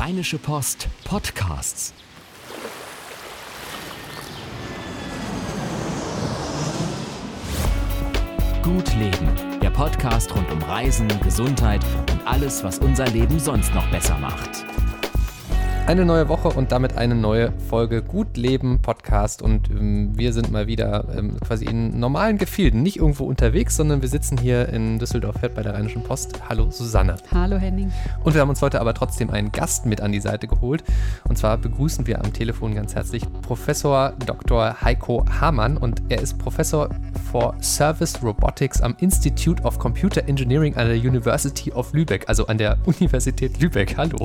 Rheinische Post Podcasts. Gut Leben, der Podcast rund um Reisen, Gesundheit und alles, was unser Leben sonst noch besser macht. Eine neue Woche und damit eine neue Folge Gut Leben Podcast und wir sind mal wieder quasi in normalen Gefilden, nicht irgendwo unterwegs, sondern wir sitzen hier in Düsseldorf-Hürth bei der Rheinischen Post. Hallo Susanne. Hallo Henning. Und wir haben uns heute aber trotzdem einen Gast mit an die Seite geholt und zwar begrüßen wir am Telefon ganz herzlich Professor Dr. Heiko Hamann und er ist Professor for Service Robotics am Institute of Computer Engineering an der University of Lübeck, also an der Universität Lübeck. Hallo.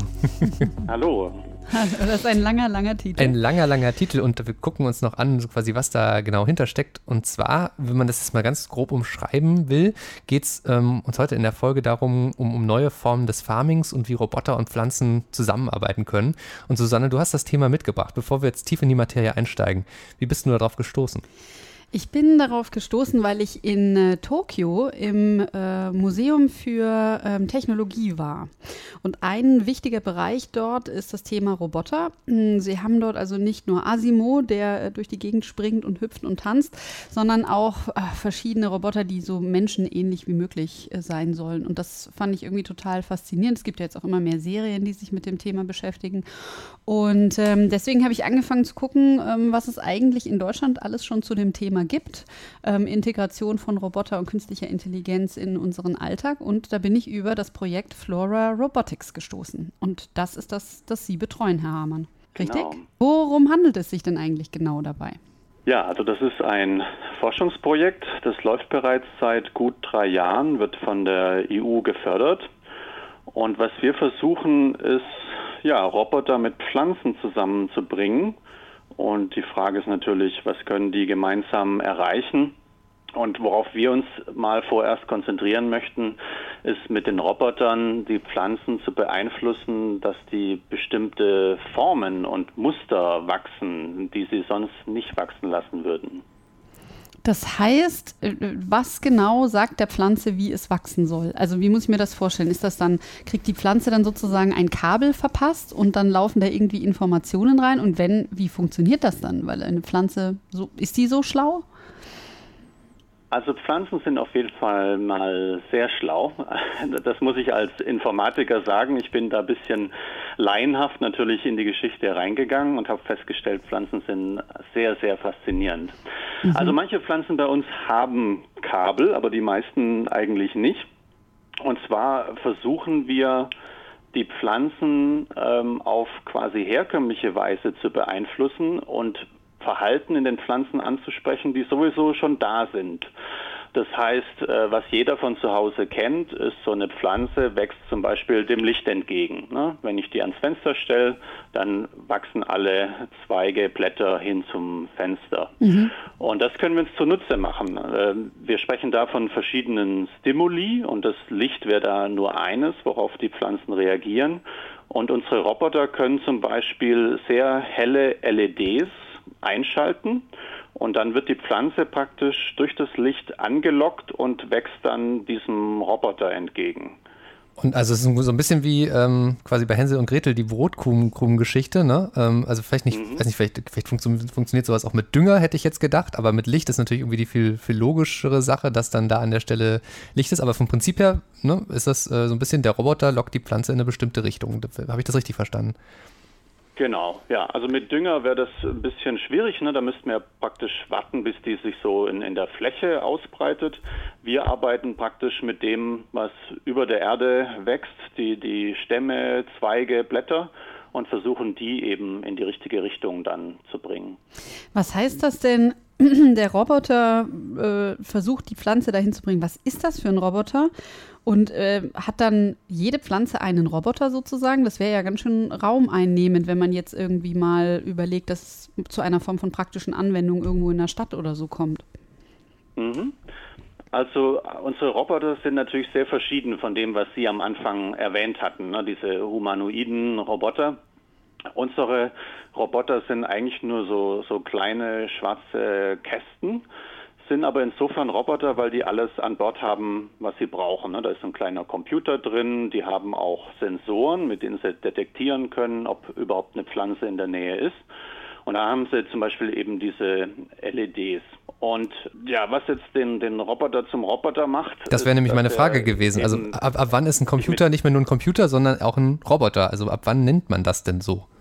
Hallo. Das ist ein langer Titel. Ein langer Titel und wir gucken uns noch an, so quasi, was da genau hintersteckt. Und zwar, wenn man das jetzt mal ganz grob umschreiben will, geht es uns heute in der Folge darum, um neue Formen des Farmings und wie Roboter und Pflanzen zusammenarbeiten können. Und Susanne, du hast das Thema mitgebracht, bevor wir jetzt tief in die Materie einsteigen. Wie bist du darauf gestoßen? Ich bin darauf gestoßen, weil ich in Tokio im Museum für Technologie war. Und ein wichtiger Bereich dort ist das Thema Roboter. Sie haben dort also nicht nur Asimo, der durch die Gegend springt und hüpft und tanzt, sondern auch verschiedene Roboter, die so menschenähnlich wie möglich sein sollen. Und das fand ich irgendwie total faszinierend. Es gibt ja jetzt auch immer mehr Serien, die sich mit dem Thema beschäftigen. Und deswegen habe ich angefangen zu gucken, was es eigentlich in Deutschland alles schon zu dem Thema gibt. Integration von Roboter und künstlicher Intelligenz in unseren Alltag. Und da bin ich über das Projekt Flora Robotics gestoßen. Und das ist das Sie betreuen, Herr Hamann. Richtig? Genau. Worum handelt es sich denn eigentlich genau dabei? Ja, also das ist ein Forschungsprojekt, das läuft bereits seit gut 3 Jahren, wird von der EU gefördert. Und was wir versuchen, ist, Roboter mit Pflanzen zusammenzubringen. Und die Frage ist natürlich, was können die gemeinsam erreichen? Und worauf wir uns mal vorerst konzentrieren möchten, ist mit den Robotern die Pflanzen zu beeinflussen, dass die bestimmte Formen und Muster wachsen, die sie sonst nicht wachsen lassen würden. Das heißt, was genau sagt der Pflanze, wie es wachsen soll? Also wie muss ich mir das vorstellen? Ist das dann, kriegt die Pflanze dann sozusagen ein Kabel verpasst und dann laufen da irgendwie Informationen rein? Und wenn, wie funktioniert das dann? Weil eine Pflanze, ist die so schlau? Also Pflanzen sind auf jeden Fall mal sehr schlau. Das muss ich als Informatiker sagen. Ich bin da ein bisschen laienhaft natürlich in die Geschichte reingegangen und habe festgestellt, Pflanzen sind sehr, sehr faszinierend. Mhm. Also manche Pflanzen bei uns haben Kabel, aber die meisten eigentlich nicht. Und zwar versuchen wir, die Pflanzen auf quasi herkömmliche Weise zu beeinflussen und Verhalten in den Pflanzen anzusprechen, die sowieso schon da sind. Das heißt, was jeder von zu Hause kennt, ist, so eine Pflanze wächst zum Beispiel dem Licht entgegen. Ne? Wenn ich die ans Fenster stelle, dann wachsen alle Zweige, Blätter hin zum Fenster. Mhm. Und das können wir uns zunutze machen. Wir sprechen da von verschiedenen Stimuli und das Licht wäre da nur eines, worauf die Pflanzen reagieren. Und unsere Roboter können zum Beispiel sehr helle LEDs einschalten und dann wird die Pflanze praktisch durch das Licht angelockt und wächst dann diesem Roboter entgegen. Und also es ist so ein bisschen wie quasi bei Hänsel und Gretel die Brotkrumen-Geschichte, ne? Also vielleicht nicht, weiß nicht, vielleicht funktioniert sowas auch mit Dünger, hätte ich jetzt gedacht, aber mit Licht ist natürlich irgendwie die viel logischere Sache, dass dann da an der Stelle Licht ist, aber vom Prinzip her, ne, ist das so ein bisschen, der Roboter lockt die Pflanze in eine bestimmte Richtung. Habe ich das richtig verstanden? Genau, ja. Also mit Dünger wäre das ein bisschen schwierig, ne? Da müssten wir praktisch warten, bis die sich so in der Fläche ausbreitet. Wir arbeiten praktisch mit dem, was über der Erde wächst, die Stämme, Zweige, Blätter und versuchen die eben in die richtige Richtung dann zu bringen. Was heißt das denn? Der Roboter versucht, die Pflanze dahin zu bringen. Was ist das für ein Roboter? Und hat dann jede Pflanze einen Roboter sozusagen? Das wäre ja ganz schön raumeinnehmend, wenn man jetzt irgendwie mal überlegt, dass es zu einer Form von praktischen Anwendung irgendwo in der Stadt oder so kommt. Mhm. Also unsere Roboter sind natürlich sehr verschieden von dem, was Sie am Anfang erwähnt hatten, ne? Diese humanoiden Roboter. Unsere Roboter sind eigentlich nur so kleine schwarze Kästen, sind aber insofern Roboter, weil die alles an Bord haben, was sie brauchen. Da ist so ein kleiner Computer drin, die haben auch Sensoren, mit denen sie detektieren können, ob überhaupt eine Pflanze in der Nähe ist. Und da haben sie zum Beispiel eben diese LEDs. Und ja, was jetzt den Roboter zum Roboter macht... Das wäre nämlich meine Frage gewesen. Also ab wann ist ein Computer nicht mehr nur ein Computer, sondern auch ein Roboter? Also ab wann nennt man das denn so?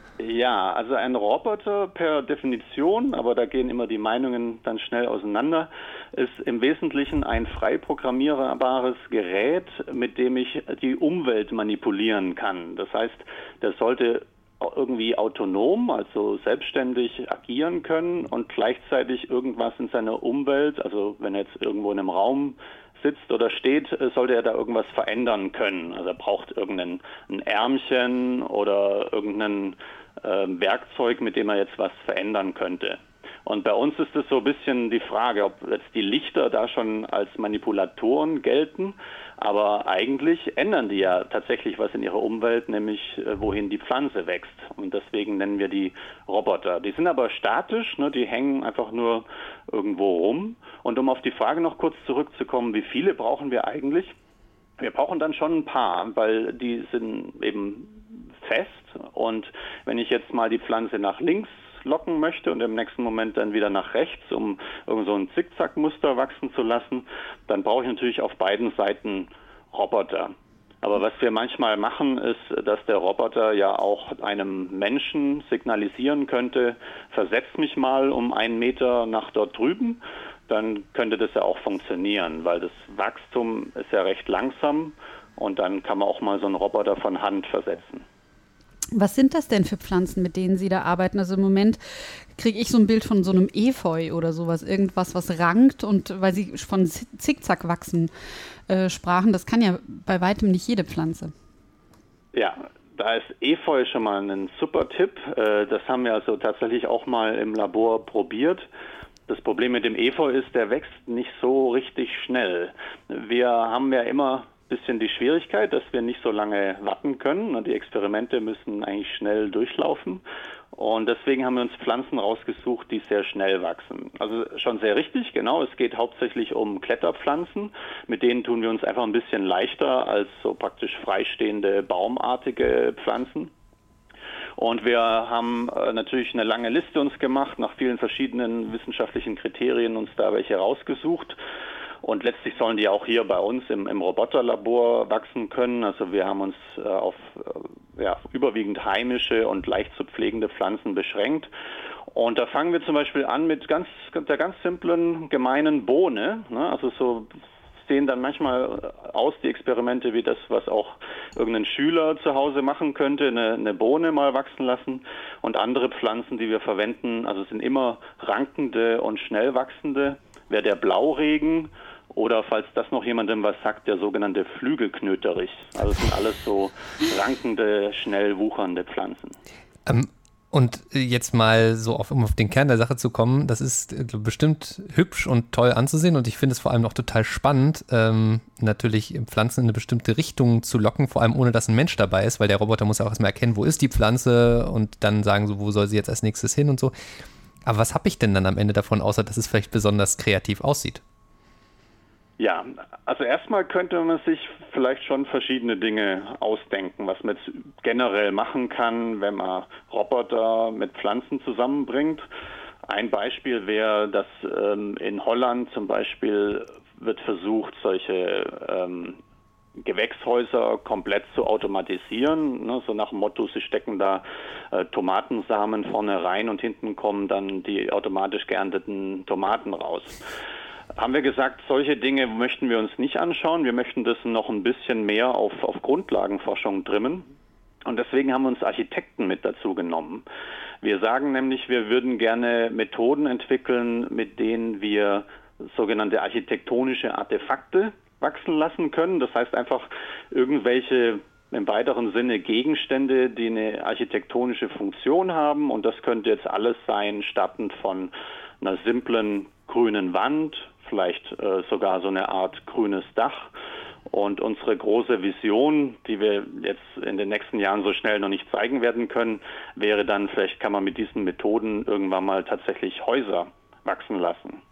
Ja, also ein Roboter per Definition, aber da gehen immer die Meinungen dann schnell auseinander, ist im Wesentlichen ein frei programmierbares Gerät, mit dem ich die Umwelt manipulieren kann. Das heißt, der sollte irgendwie autonom, also selbstständig agieren können und gleichzeitig irgendwas in seiner Umwelt, also wenn er jetzt irgendwo in einem Raum sitzt oder steht, sollte er da irgendwas verändern können. Also er braucht irgendein Ärmchen oder irgendein Werkzeug, mit dem er jetzt was verändern könnte. Und bei uns ist es so ein bisschen die Frage, ob jetzt die Lichter da schon als Manipulatoren gelten, aber eigentlich ändern die ja tatsächlich was in ihrer Umwelt, nämlich wohin die Pflanze wächst. Und deswegen nennen wir die Roboter. Die sind aber statisch, ne? Die hängen einfach nur irgendwo rum. Und um auf die Frage noch kurz zurückzukommen, wie viele brauchen wir eigentlich? Wir brauchen dann schon ein paar, weil die sind eben fest. Und wenn ich jetzt mal die Pflanze nach links locken möchte und im nächsten Moment dann wieder nach rechts, um irgend so ein Zickzackmuster wachsen zu lassen, dann brauche ich natürlich auf beiden Seiten Roboter. Aber was wir manchmal machen, ist, dass der Roboter ja auch einem Menschen signalisieren könnte, versetz mich mal um 1 Meter nach dort drüben, dann könnte das ja auch funktionieren, weil das Wachstum ist ja recht langsam und dann kann man auch mal so einen Roboter von Hand versetzen. Was sind das denn für Pflanzen, mit denen Sie da arbeiten? Also im Moment kriege ich so ein Bild von so einem Efeu oder sowas, irgendwas, was rankt, und weil Sie von Zickzackwachsen sprachen, das kann ja bei weitem nicht jede Pflanze. Ja, da ist Efeu schon mal ein super Tipp. Das haben wir also tatsächlich auch mal im Labor probiert. Das Problem mit dem Efeu ist, der wächst nicht so richtig schnell. Wir haben ja immer bisschen die Schwierigkeit, dass wir nicht so lange warten können. Und die Experimente müssen eigentlich schnell durchlaufen. Und deswegen haben wir uns Pflanzen rausgesucht, die sehr schnell wachsen. Also schon sehr richtig, genau. Es geht hauptsächlich um Kletterpflanzen. Mit denen tun wir uns einfach ein bisschen leichter als so praktisch freistehende baumartige Pflanzen. Und wir haben natürlich eine lange Liste uns gemacht, nach vielen verschiedenen wissenschaftlichen Kriterien uns da welche rausgesucht. Und letztlich sollen die auch hier bei uns im Roboterlabor wachsen können. Also wir haben uns auf überwiegend heimische und leicht zu pflegende Pflanzen beschränkt. Und da fangen wir zum Beispiel an mit der ganz simplen, gemeinen Bohne. Ne? Also so sehen dann manchmal aus, die Experimente, wie das, was auch irgendein Schüler zu Hause machen könnte, eine Bohne mal wachsen lassen. Und andere Pflanzen, die wir verwenden, also sind immer rankende und schnell wachsende, wäre der Blauregen oder, falls das noch jemandem was sagt, der sogenannte Flügelknöterich. Also es sind alles so rankende, schnell wuchernde Pflanzen. Und jetzt mal so um auf den Kern der Sache zu kommen, das ist bestimmt hübsch und toll anzusehen und ich finde es vor allem auch total spannend, natürlich Pflanzen in eine bestimmte Richtung zu locken, vor allem ohne dass ein Mensch dabei ist, weil der Roboter muss ja auch erstmal erkennen, wo ist die Pflanze und dann sagen so, wo soll sie jetzt als nächstes hin und so. Aber was habe ich denn dann am Ende davon, außer dass es vielleicht besonders kreativ aussieht? Ja, also erstmal könnte man sich vielleicht schon verschiedene Dinge ausdenken, was man jetzt generell machen kann, wenn man Roboter mit Pflanzen zusammenbringt. Ein Beispiel wäre, dass in Holland zum Beispiel wird versucht, solche Gewächshäuser komplett zu automatisieren, ne, so nach dem Motto, sie stecken da Tomatensamen vorne rein und hinten kommen dann die automatisch geernteten Tomaten raus. Haben wir gesagt, solche Dinge möchten wir uns nicht anschauen. Wir möchten das noch ein bisschen mehr auf Grundlagenforschung trimmen. Und deswegen haben wir uns Architekten mit dazu genommen. Wir sagen nämlich, wir würden gerne Methoden entwickeln, mit denen wir sogenannte architektonische Artefakte wachsen lassen können. Das heißt einfach irgendwelche im weiteren Sinne Gegenstände, die eine architektonische Funktion haben. Und das könnte jetzt alles sein, startend von einer simplen grünen Wand, vielleicht sogar so eine Art grünes Dach. Und unsere große Vision, die wir jetzt in den nächsten Jahren so schnell noch nicht zeigen werden können, wäre dann, vielleicht kann man mit diesen Methoden irgendwann mal tatsächlich Häuser wachsen lassen.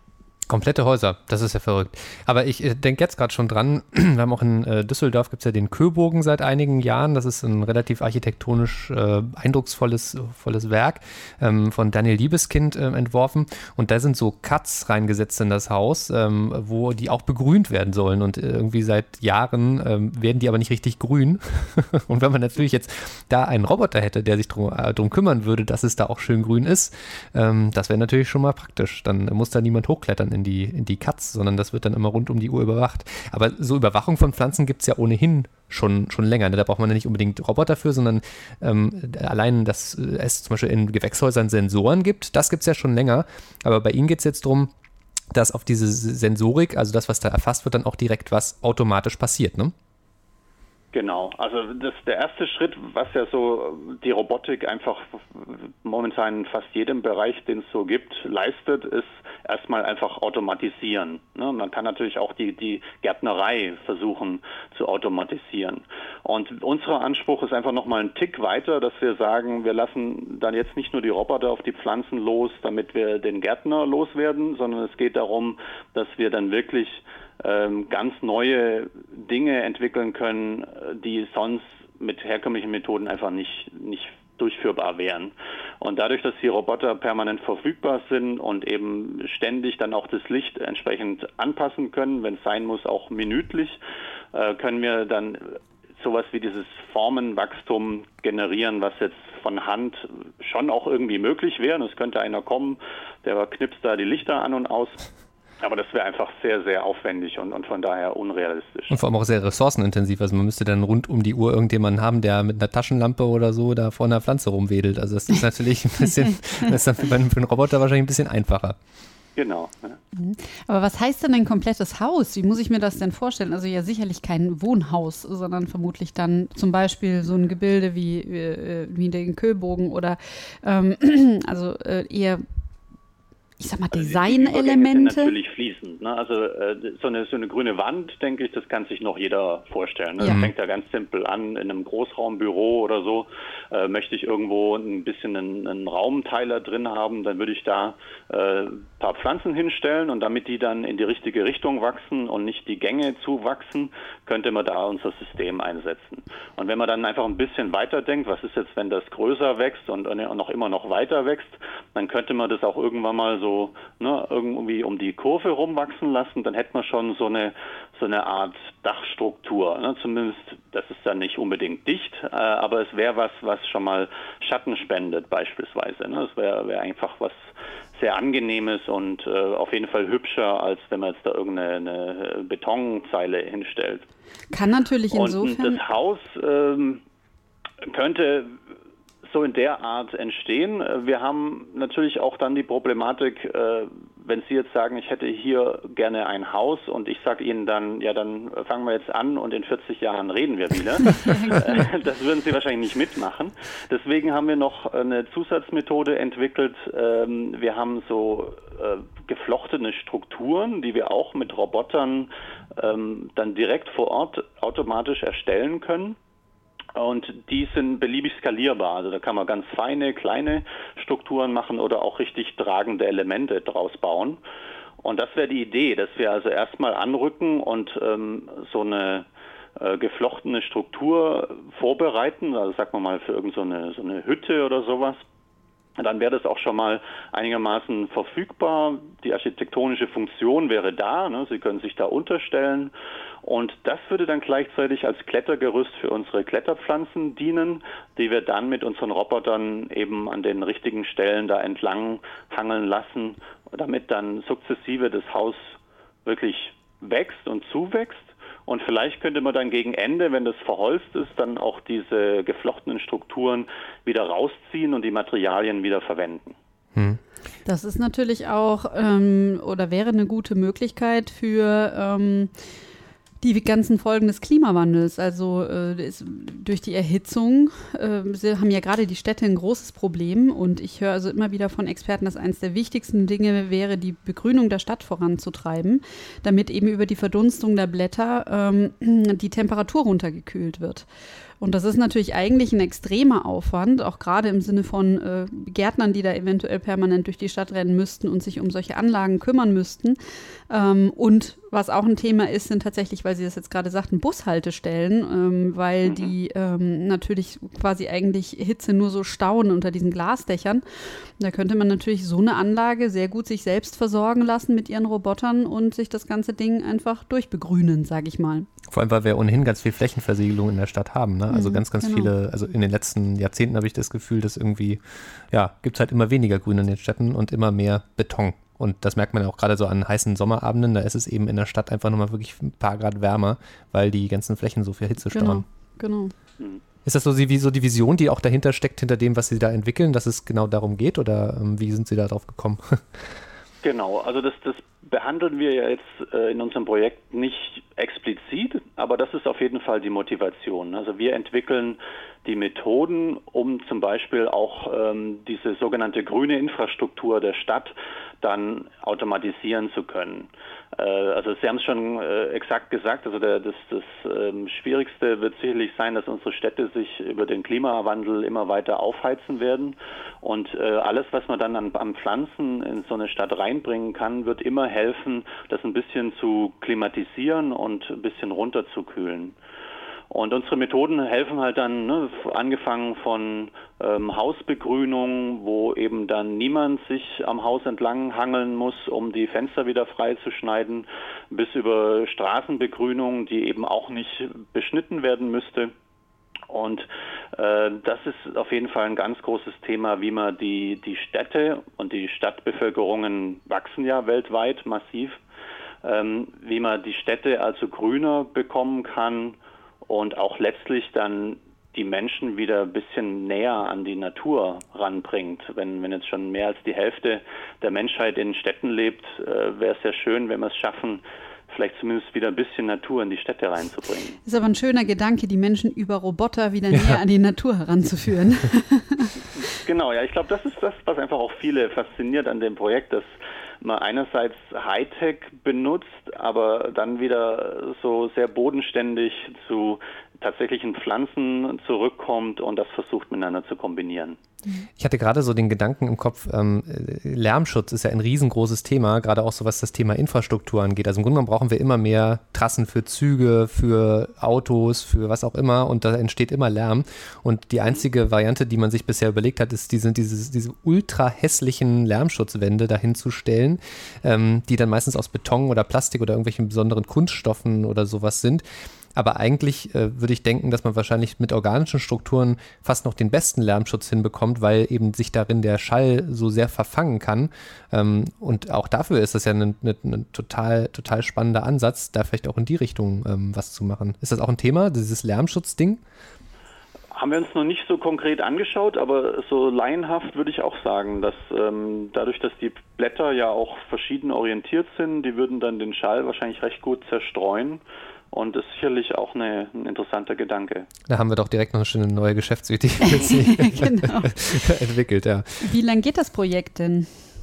Komplette Häuser, das ist ja verrückt. Aber ich denke jetzt gerade schon dran, wir haben auch in Düsseldorf gibt es ja den Köbogen seit einigen Jahren. Das ist ein relativ architektonisch eindrucksvolles Werk von Daniel Liebeskind entworfen. Und da sind so Cuts reingesetzt in das Haus, wo die auch begrünt werden sollen. Und irgendwie seit Jahren werden die aber nicht richtig grün. Und wenn man natürlich jetzt da einen Roboter hätte, der sich drum kümmern würde, dass es da auch schön grün ist, das wäre natürlich schon mal praktisch. Dann muss da niemand hochklettern in die Cuts, sondern das wird dann immer rund um die Uhr überwacht. Aber so Überwachung von Pflanzen gibt es ja ohnehin schon länger. Ne? Da braucht man ja nicht unbedingt Roboter für, sondern allein, dass es zum Beispiel in Gewächshäusern Sensoren gibt, das gibt es ja schon länger. Aber bei Ihnen geht es jetzt darum, dass auf diese Sensorik, also das, was da erfasst wird, dann auch direkt was automatisch passiert, ne? Genau, also das ist der erste Schritt, was ja so die Robotik einfach momentan in fast jedem Bereich, den es so gibt, leistet, ist erstmal einfach automatisieren. Ne? Man kann natürlich auch die Gärtnerei versuchen zu automatisieren. Und unser Anspruch ist einfach nochmal einen Tick weiter, dass wir sagen, wir lassen dann jetzt nicht nur die Roboter auf die Pflanzen los, damit wir den Gärtner loswerden, sondern es geht darum, dass wir dann wirklich ganz neue Dinge entwickeln können, die sonst mit herkömmlichen Methoden einfach nicht durchführbar wären. Und dadurch, dass die Roboter permanent verfügbar sind und eben ständig dann auch das Licht entsprechend anpassen können, wenn es sein muss, auch minütlich, können wir dann sowas wie dieses Formenwachstum generieren, was jetzt von Hand schon auch irgendwie möglich wäre. Es könnte einer kommen, der knipst da die Lichter an und aus. Aber das wäre einfach sehr, sehr aufwendig und von daher unrealistisch. Und vor allem auch sehr ressourcenintensiv. Also man müsste dann rund um die Uhr irgendjemanden haben, der mit einer Taschenlampe oder so da vor einer Pflanze rumwedelt. Also das ist natürlich ein bisschen, das ist dann für einen Roboter wahrscheinlich ein bisschen einfacher. Genau. Ja. Aber was heißt denn ein komplettes Haus? Wie muss ich mir das denn vorstellen? Also ja sicherlich kein Wohnhaus, sondern vermutlich dann zum Beispiel so ein Gebilde wie den Köbogen oder eher, ich sag mal, Designelemente. Also natürlich fließend. Ne? Also so eine grüne Wand, denke ich, das kann sich noch jeder vorstellen. Ne? Ja. Das fängt ja ganz simpel an, in einem Großraumbüro oder so. Möchte ich irgendwo ein bisschen einen Raumteiler drin haben, dann würde ich da ein paar Pflanzen hinstellen und damit die dann in die richtige Richtung wachsen und nicht die Gänge zuwachsen, könnte man da unser System einsetzen. Und wenn man dann einfach ein bisschen weiter denkt, was ist jetzt, wenn das größer wächst und noch immer noch weiter wächst, dann könnte man das auch irgendwann mal so irgendwie um die Kurve rumwachsen lassen, dann hätte man schon so eine Art Dachstruktur. Ne? Zumindest, das ist dann nicht unbedingt dicht, aber es wäre was schon mal Schatten spendet beispielsweise. Ne? Das wäre einfach was sehr Angenehmes und auf jeden Fall hübscher, als wenn man jetzt da irgendeine Betonzeile hinstellt. Kann natürlich insofern... Und das Haus könnte so in der Art entstehen. Wir haben natürlich auch dann die Problematik, wenn Sie jetzt sagen, ich hätte hier gerne ein Haus und ich sage Ihnen dann, ja, dann fangen wir jetzt an und in 40 Jahren reden wir wieder. Das würden Sie wahrscheinlich nicht mitmachen. Deswegen haben wir noch eine Zusatzmethode entwickelt. Wir haben so geflochtene Strukturen, die wir auch mit Robotern dann direkt vor Ort automatisch erstellen können. Und die sind beliebig skalierbar. Also da kann man ganz feine, kleine Strukturen machen oder auch richtig tragende Elemente draus bauen. Und das wäre die Idee, dass wir also erstmal anrücken und so eine geflochtene Struktur vorbereiten, also sagen wir mal für irgend so eine Hütte oder sowas. Dann wäre das auch schon mal einigermaßen verfügbar. Die architektonische Funktion wäre da. Ne? Sie können sich da unterstellen. Und das würde dann gleichzeitig als Klettergerüst für unsere Kletterpflanzen dienen, die wir dann mit unseren Robotern eben an den richtigen Stellen da entlang hangeln lassen, damit dann sukzessive das Haus wirklich wächst und zuwächst. Und vielleicht könnte man dann gegen Ende, wenn das verholzt ist, dann auch diese geflochtenen Strukturen wieder rausziehen und die Materialien wieder verwenden. Das ist natürlich auch oder wäre eine gute Möglichkeit für die ganzen Folgen des Klimawandels. Also durch die Erhitzung haben ja gerade die Städte ein großes Problem und ich höre also immer wieder von Experten, dass eines der wichtigsten Dinge wäre, die Begrünung der Stadt voranzutreiben, damit eben über die Verdunstung der Blätter die Temperatur runtergekühlt wird. Und das ist natürlich eigentlich ein extremer Aufwand, auch gerade im Sinne von Gärtnern, die da eventuell permanent durch die Stadt rennen müssten und sich um solche Anlagen kümmern müssten. Und was auch ein Thema ist, sind tatsächlich, weil Sie das jetzt gerade sagten, Bushaltestellen, weil die natürlich quasi eigentlich Hitze nur so stauen unter diesen Glasdächern. Da könnte man natürlich so eine Anlage sehr gut sich selbst versorgen lassen mit ihren Robotern und sich das ganze Ding einfach durchbegrünen, sage ich mal. Vor allem, weil wir ohnehin ganz viel Flächenversiegelung in der Stadt haben. Ne? Also ganz viele, also in den letzten Jahrzehnten habe ich das Gefühl, dass irgendwie, gibt es halt immer weniger Grün in den Städten und immer mehr Beton. Und das merkt man ja auch gerade so an heißen Sommerabenden, da ist es eben in der Stadt einfach nochmal wirklich ein paar Grad wärmer, weil die ganzen Flächen so viel Hitze stauen. Genau. Ist das so die Vision, die auch dahinter steckt, hinter dem, was Sie da entwickeln, dass es genau darum geht, oder wie sind Sie da drauf gekommen? Genau, also das behandeln wir ja jetzt in unserem Projekt nicht explizit, aber das ist auf jeden Fall die Motivation. Also wir entwickeln die Methoden, um zum Beispiel auch diese sogenannte grüne Infrastruktur der Stadt dann automatisieren zu können. Also Sie haben es schon exakt gesagt, also das Schwierigste wird sicherlich sein, dass unsere Städte sich über den Klimawandel immer weiter aufheizen werden und alles, was man dann an Pflanzen in so eine Stadt reinbringen kann, wird immer helfen, das ein bisschen zu klimatisieren und ein bisschen runterzukühlen. Und unsere Methoden helfen halt dann, angefangen von Hausbegrünung, wo eben dann niemand sich am Haus entlang hangeln muss, um die Fenster wieder frei zu schneiden, bis über Straßenbegrünung, die eben auch nicht beschnitten werden müsste. Und das ist auf jeden Fall ein ganz großes Thema, wie man die Städte und die Stadtbevölkerungen wachsen ja weltweit massiv, wie man die Städte also grüner bekommen kann und auch letztlich dann die Menschen wieder ein bisschen näher an die Natur ranbringt. Wenn jetzt schon mehr als die Hälfte der Menschheit in Städten lebt, wäre es sehr schön, wenn wir es schaffen, vielleicht zumindest wieder ein bisschen Natur in die Städte reinzubringen. Ist aber ein schöner Gedanke, die Menschen über Roboter wieder näher an die Natur heranzuführen. Genau, ja, ich glaube, das ist das, was einfach auch viele fasziniert an dem Projekt, dass man einerseits Hightech benutzt, aber dann wieder so sehr bodenständig zu tatsächlichen Pflanzen zurückkommt und das versucht miteinander zu kombinieren. Ich hatte gerade so den Gedanken im Kopf, Lärmschutz ist ja ein riesengroßes Thema, gerade auch so was das Thema Infrastruktur angeht. Also im Grunde genommen brauchen wir immer mehr Trassen für Züge, für Autos, für was auch immer und da entsteht immer Lärm. Und die einzige Variante, die man sich bisher überlegt hat, ist diese ultra hässlichen Lärmschutzwände dahin zu stellen, die dann meistens aus Beton oder Plastik oder irgendwelchen besonderen Kunststoffen oder sowas sind. Aber eigentlich würde ich denken, dass man wahrscheinlich mit organischen Strukturen fast noch den besten Lärmschutz hinbekommt, weil eben sich darin der Schall so sehr verfangen kann. Und auch dafür ist das ja ein total spannender Ansatz, da vielleicht auch in die Richtung was zu machen. Ist das auch ein Thema, dieses Lärmschutzding? Haben wir uns noch nicht so konkret angeschaut, aber so laienhaft würde ich auch sagen, dass dadurch, dass die Blätter ja auch verschieden orientiert sind, die würden dann den Schall wahrscheinlich recht gut zerstreuen. Und das ist sicherlich auch ein interessanter Gedanke. Da haben wir doch direkt noch eine schöne neue Geschäftsidee genau. entwickelt. Ja. Wie lange geht das Projekt denn?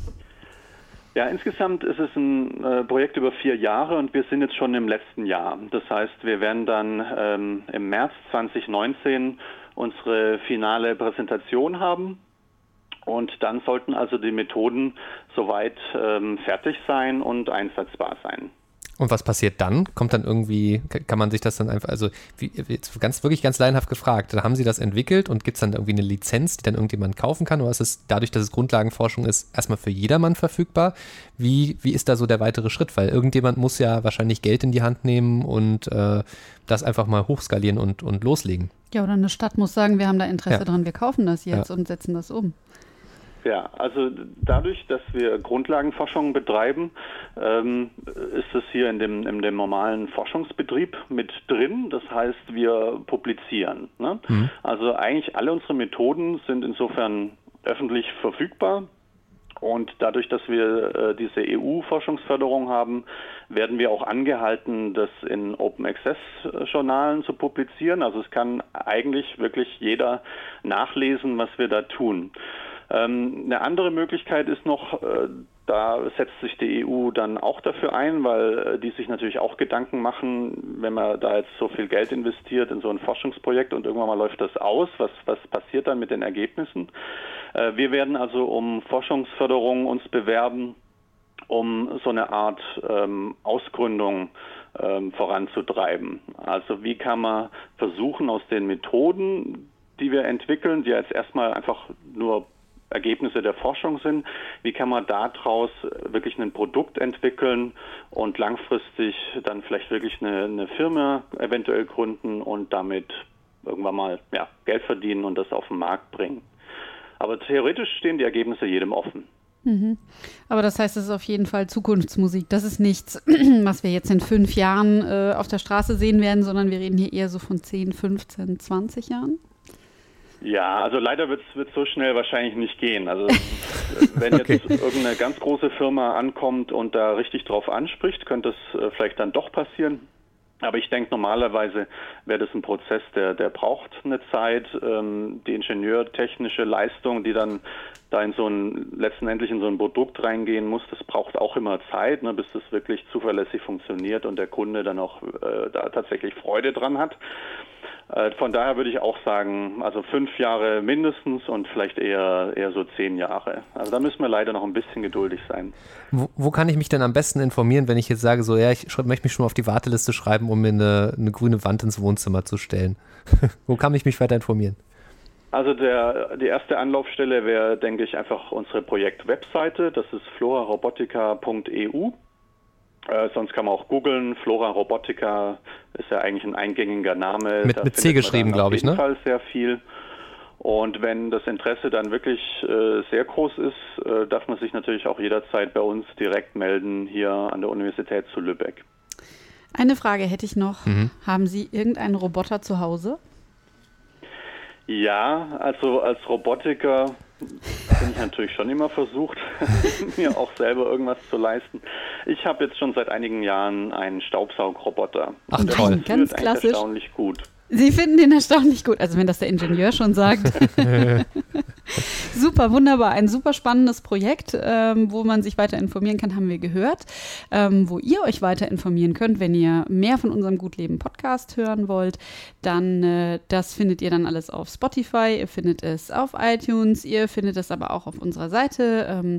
Ja, insgesamt ist es ein Projekt über 4 Jahre und wir sind jetzt schon im letzten Jahr. Das heißt, wir werden dann im März 2019 unsere finale Präsentation haben. Und dann sollten also die Methoden soweit fertig sein und einsetzbar sein. Und was passiert dann? Kommt dann irgendwie, kann man sich das dann einfach, also jetzt wirklich ganz laienhaft gefragt, da haben Sie das entwickelt und gibt es dann irgendwie eine Lizenz, die dann irgendjemand kaufen kann, oder ist es dadurch, dass es Grundlagenforschung ist, erstmal für jedermann verfügbar? Wie ist da so der weitere Schritt? Weil irgendjemand muss ja wahrscheinlich Geld in die Hand nehmen und das einfach mal hochskalieren und loslegen. Ja, oder eine Stadt muss sagen, wir haben da Interesse dran, wir kaufen das jetzt und setzen das um. Ja, also dadurch, dass wir Grundlagenforschung betreiben, ist es hier in dem normalen Forschungsbetrieb mit drin. Das heißt, wir publizieren. Ne? Also eigentlich alle unsere Methoden sind insofern öffentlich verfügbar. Und dadurch, dass wir diese EU-Forschungsförderung haben, werden wir auch angehalten, das in Open-Access-Journalen zu publizieren. Also es kann eigentlich wirklich jeder nachlesen, was wir da tun. Eine andere Möglichkeit ist noch, Da setzt sich die EU dann auch dafür ein, weil die sich natürlich auch Gedanken machen, wenn man da jetzt so viel Geld investiert in so ein Forschungsprojekt und irgendwann mal läuft das aus, was passiert dann mit den Ergebnissen? Wir werden also um Forschungsförderung uns bewerben, um so eine Art Ausgründung voranzutreiben. Also wie kann man versuchen, aus den Methoden, die wir entwickeln, die jetzt erstmal einfach nur Ergebnisse der Forschung sind, wie kann man daraus wirklich ein Produkt entwickeln und langfristig dann vielleicht wirklich eine Firma eventuell gründen und damit irgendwann mal Geld verdienen und das auf den Markt bringen. Aber theoretisch stehen die Ergebnisse jedem offen. Aber das heißt, es ist auf jeden Fall Zukunftsmusik. Das ist nichts, was wir jetzt in 5 Jahren auf der Straße sehen werden, sondern wir reden hier eher so von 10, 15, 20 Jahren. Ja, also leider wird es so schnell wahrscheinlich nicht gehen. Also wenn jetzt irgendeine ganz große Firma ankommt und da richtig drauf anspricht, könnte es vielleicht dann doch passieren. Aber ich denke, normalerweise wäre das ein Prozess, der braucht eine Zeit. Die ingenieurtechnische Leistung, die dann da letztendlich in so ein Produkt reingehen muss, das braucht auch immer Zeit, ne, bis das wirklich zuverlässig funktioniert und der Kunde dann auch da tatsächlich Freude dran hat. Von daher würde ich auch sagen, also 5 Jahre mindestens und vielleicht eher so 10 Jahre. Also da müssen wir leider noch ein bisschen geduldig sein. Wo kann ich mich denn am besten informieren, wenn ich jetzt sage, so ich möchte mich schon mal auf die Warteliste schreiben, um mir eine grüne Wand ins Wohnzimmer zu stellen? Wo kann ich mich weiter informieren? Also die erste Anlaufstelle wäre, denke ich, einfach unsere Projekt-Webseite. Das ist florarobotica.eu. Sonst kann man auch googeln. Flora Robotica ist ja eigentlich ein eingängiger Name. Mit C geschrieben, glaube ich, ne? Auf jeden Fall sehr viel. Und wenn das Interesse dann wirklich sehr groß ist, darf man sich natürlich auch jederzeit bei uns direkt melden, hier an der Universität zu Lübeck. Eine Frage hätte ich noch. Haben Sie irgendeinen Roboter zu Hause? Ja, also als Robotiker bin ich natürlich schon immer versucht, mir auch selber irgendwas zu leisten. Ich habe jetzt schon seit einigen Jahren einen Staubsaugroboter. Ach toll. Ganz klassisch. Erstaunlich gut. Sie finden den erstaunlich gut, also wenn das der Ingenieur schon sagt. Super, wunderbar. Ein super spannendes Projekt, wo man sich weiter informieren kann, haben wir gehört. Wo ihr euch weiter informieren könnt, wenn ihr mehr von unserem Gutleben-Podcast hören wollt, dann das findet ihr dann alles auf Spotify, ihr findet es auf iTunes, ihr findet es aber auch auf unserer Seite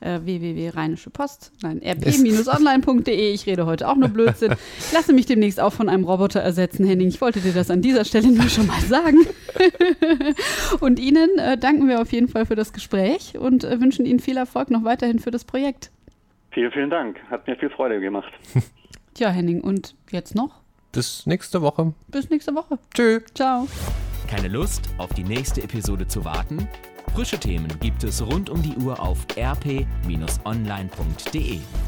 rp-online.de. Ich rede heute auch nur Blödsinn. Ich lasse mich demnächst auch von einem Roboter ersetzen, Henning. Ich wollte dir das an dieser Stelle nur schon mal sagen. Und Ihnen danken wir auf jeden Fall für das Gespräch und wünschen Ihnen viel Erfolg noch weiterhin für das Projekt. Vielen, vielen Dank. Hat mir viel Freude gemacht. Tja, Henning, und jetzt noch? Bis nächste Woche. Bis nächste Woche. Tschö. Ciao. Keine Lust, auf die nächste Episode zu warten? Frische Themen gibt es rund um die Uhr auf rp-online.de.